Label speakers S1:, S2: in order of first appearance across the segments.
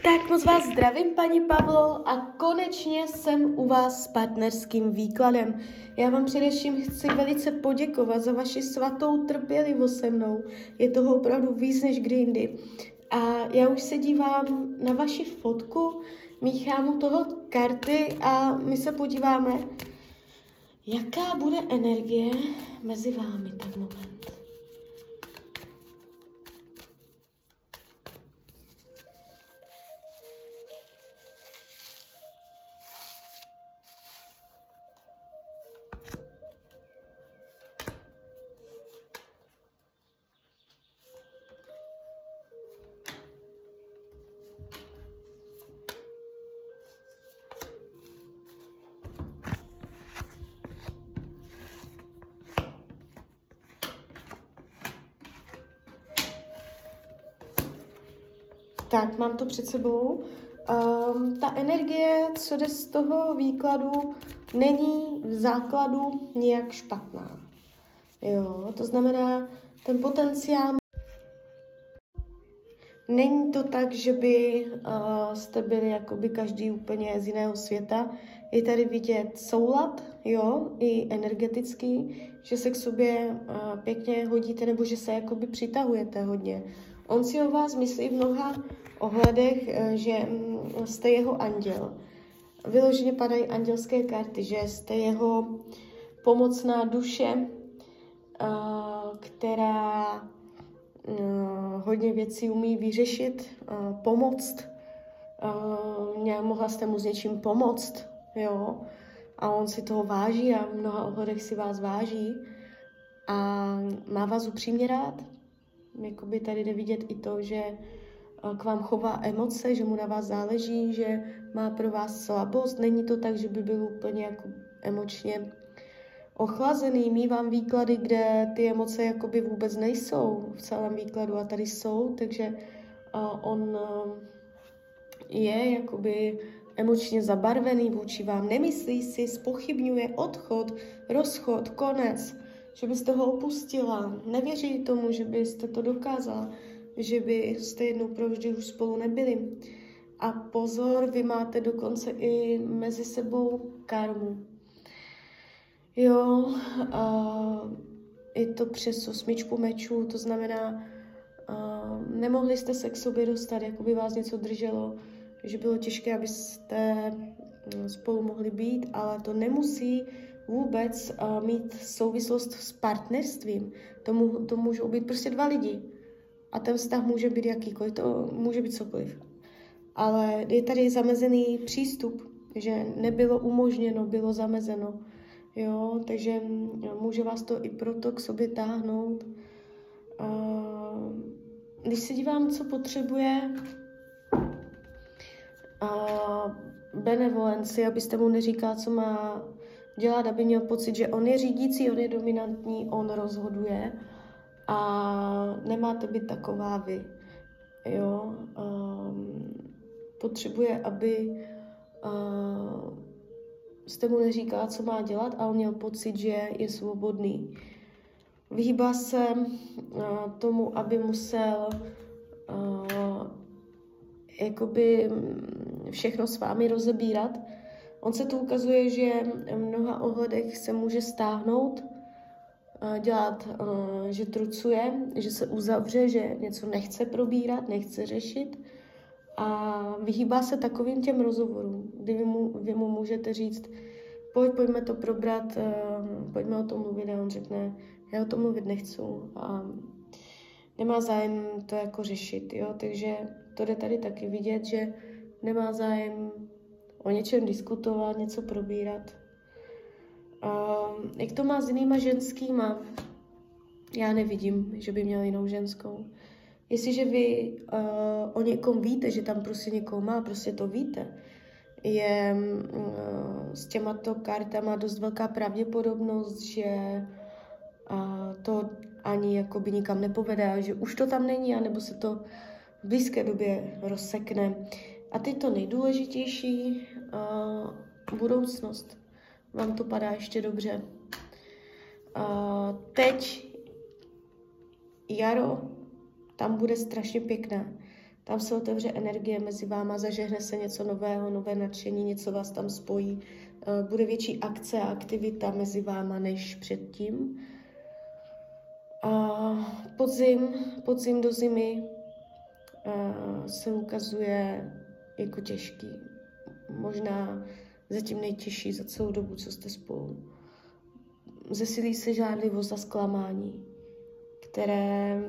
S1: Tak moc vás zdravím, paní Pavlo, a konečně jsem u vás s partnerským výkladem. Já vám především chci velice poděkovat za vaši svatou trpělivost se mnou. Je toho opravdu víc než kdy jindy. A já už se dívám na vaši fotku, míchám u toho karty a my se podíváme, jaká bude energie mezi vámi tak moment. Tak, mám to před sebou. Ta energie, co jde z toho výkladu, není v základu nějak špatná. Jo, to znamená, ten potenciál není to tak, že by jste byli jakoby každý úplně z jiného světa. Je tady vidět soulad, jo, i energetický, že se k sobě pěkně hodíte, nebo že se jakoby přitahujete hodně. On si o vás myslí v mnoha ohledech, že jste jeho anděl. Vyloženě padají andělské karty, že jste jeho pomocná duše, která hodně věcí umí vyřešit, pomoct. Mohla jste mu s něčím pomoct, jo? A on si toho váží a v mnoha ohledech si vás váží a má vás upřímně rád. Jakoby tady jde vidět i to, že k vám chová emoce, že mu na vás záleží, že má pro vás slabost. Není to tak, že by byl úplně jako emočně ochlazený. Mívám výklady, kde ty emoce jakoby vůbec nejsou v celém výkladu a tady jsou, takže on je jakoby emočně zabarvený vůči vám. Nemyslí si, zpochybňuje odchod, rozchod, konec, že byste ho opustila. Nevěří tomu, že byste to dokázala, že byste jednou provždy už spolu nebyli. A pozor, vy máte dokonce i mezi sebou karmu. Jo, je to přes 8 mečů, to znamená, nemohli jste se k sobě dostat, jako by vás něco drželo, že bylo těžké, abyste spolu mohli být, ale to nemusí vůbec mít souvislost s partnerstvím. To můžou být prostě 2 lidi a ten vztah může být jakýkoliv, to může být cokoliv. Ale je tady zamezený přístup, že nebylo umožněno, bylo zamezeno. Jo, takže může vás to i proto k sobě táhnout. Když se dívám, co potřebuje benevolenci, abyste mu neříkal, co má dělat, aby měl pocit, že on je řídící, on je dominantní, on rozhoduje a nemáte být taková vy. Jo, potřebuje, aby jste mu neříkala, co má dělat a on měl pocit, že je svobodný. Vyhýbá se tomu, aby musel jakoby všechno s vámi rozebírat. On se tu ukazuje, že v mnoha ohledech se může stáhnout, dělat, že trucuje, že se uzavře, že něco nechce probírat, nechce řešit a vyhýbá se takovým těm rozhovorům, kdy vy mu můžete říct, pojďme to probrat, pojďme o tom mluvit a on řekne, já o tom mluvit nechci a nemá zájem to jako řešit, jo, takže to jde tady taky vidět, že nemá zájem o něčem diskutovat, něco probírat. Jak to má s jinýma ženskýma? Já nevidím, že by měl jinou ženskou. Jestliže vy o někom víte, že tam prostě někoho má, prostě to víte, je s těmato kartama dost velká pravděpodobnost, že to ani jakoby nikam nepovede, že už to tam není, anebo se to v blízké době rozsekne. A teď to nejdůležitější, budoucnost. Vám to padá ještě dobře. Teď jaro, tam bude strašně pěkné. Tam se otevře energie mezi váma, zažehne se něco nového, nové nadšení, něco vás tam spojí. Bude větší akce a aktivita mezi váma než předtím. A podzim do zimy se ukazuje jako těžký. Možná zatím nejtěžší za celou dobu, co jste spolu. Zesilí se žádlivost a zklamání, které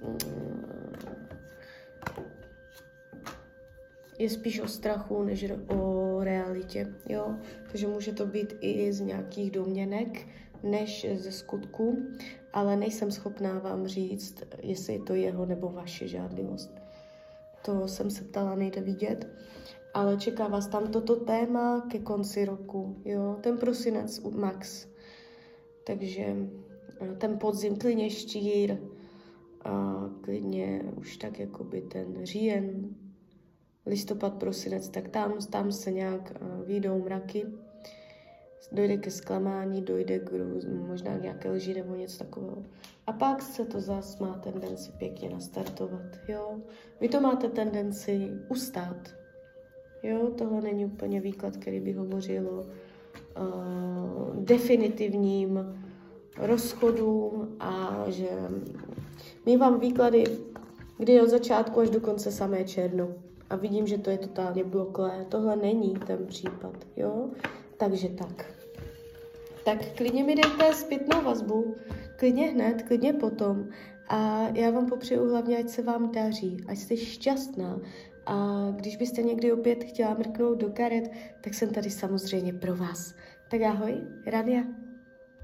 S1: je spíš o strachu, než o realitě. Jo? Takže může to být i z nějakých domněnek, než ze skutku, ale nejsem schopná vám říct, jestli je to jeho nebo vaše žádlivost. To jsem se ptala, nejde vidět, ale čeká vás tam toto téma ke konci roku. Jo? Ten prosinec max. Takže ten podzim, klidně štír, a klidně už tak jakoby ten říjen, listopad, prosinec, tak tam se nějak vyjdou mraky, dojde ke zklamání, dojde k možná k nějaké lži nebo něco takového. A pak se to zase má tendenci pěkně nastartovat, jo. Vy to máte tendenci ustát, jo. Tohle není úplně výklad, který by hovořil o definitivním rozchodu a že mívám výklady, kdy je od začátku až do konce samé černo. A vidím, že to je totálně bloklé. Tohle není ten případ, jo? Takže tak. Tak klidně mi dejte zpětnou vazbu, klidně hned, klidně potom. A já vám popřeju hlavně, ať se vám daří, ať jste šťastná. A když byste někdy opět chtěla mrknout do karet, tak jsem tady samozřejmě pro vás. Tak ahoj, Rania.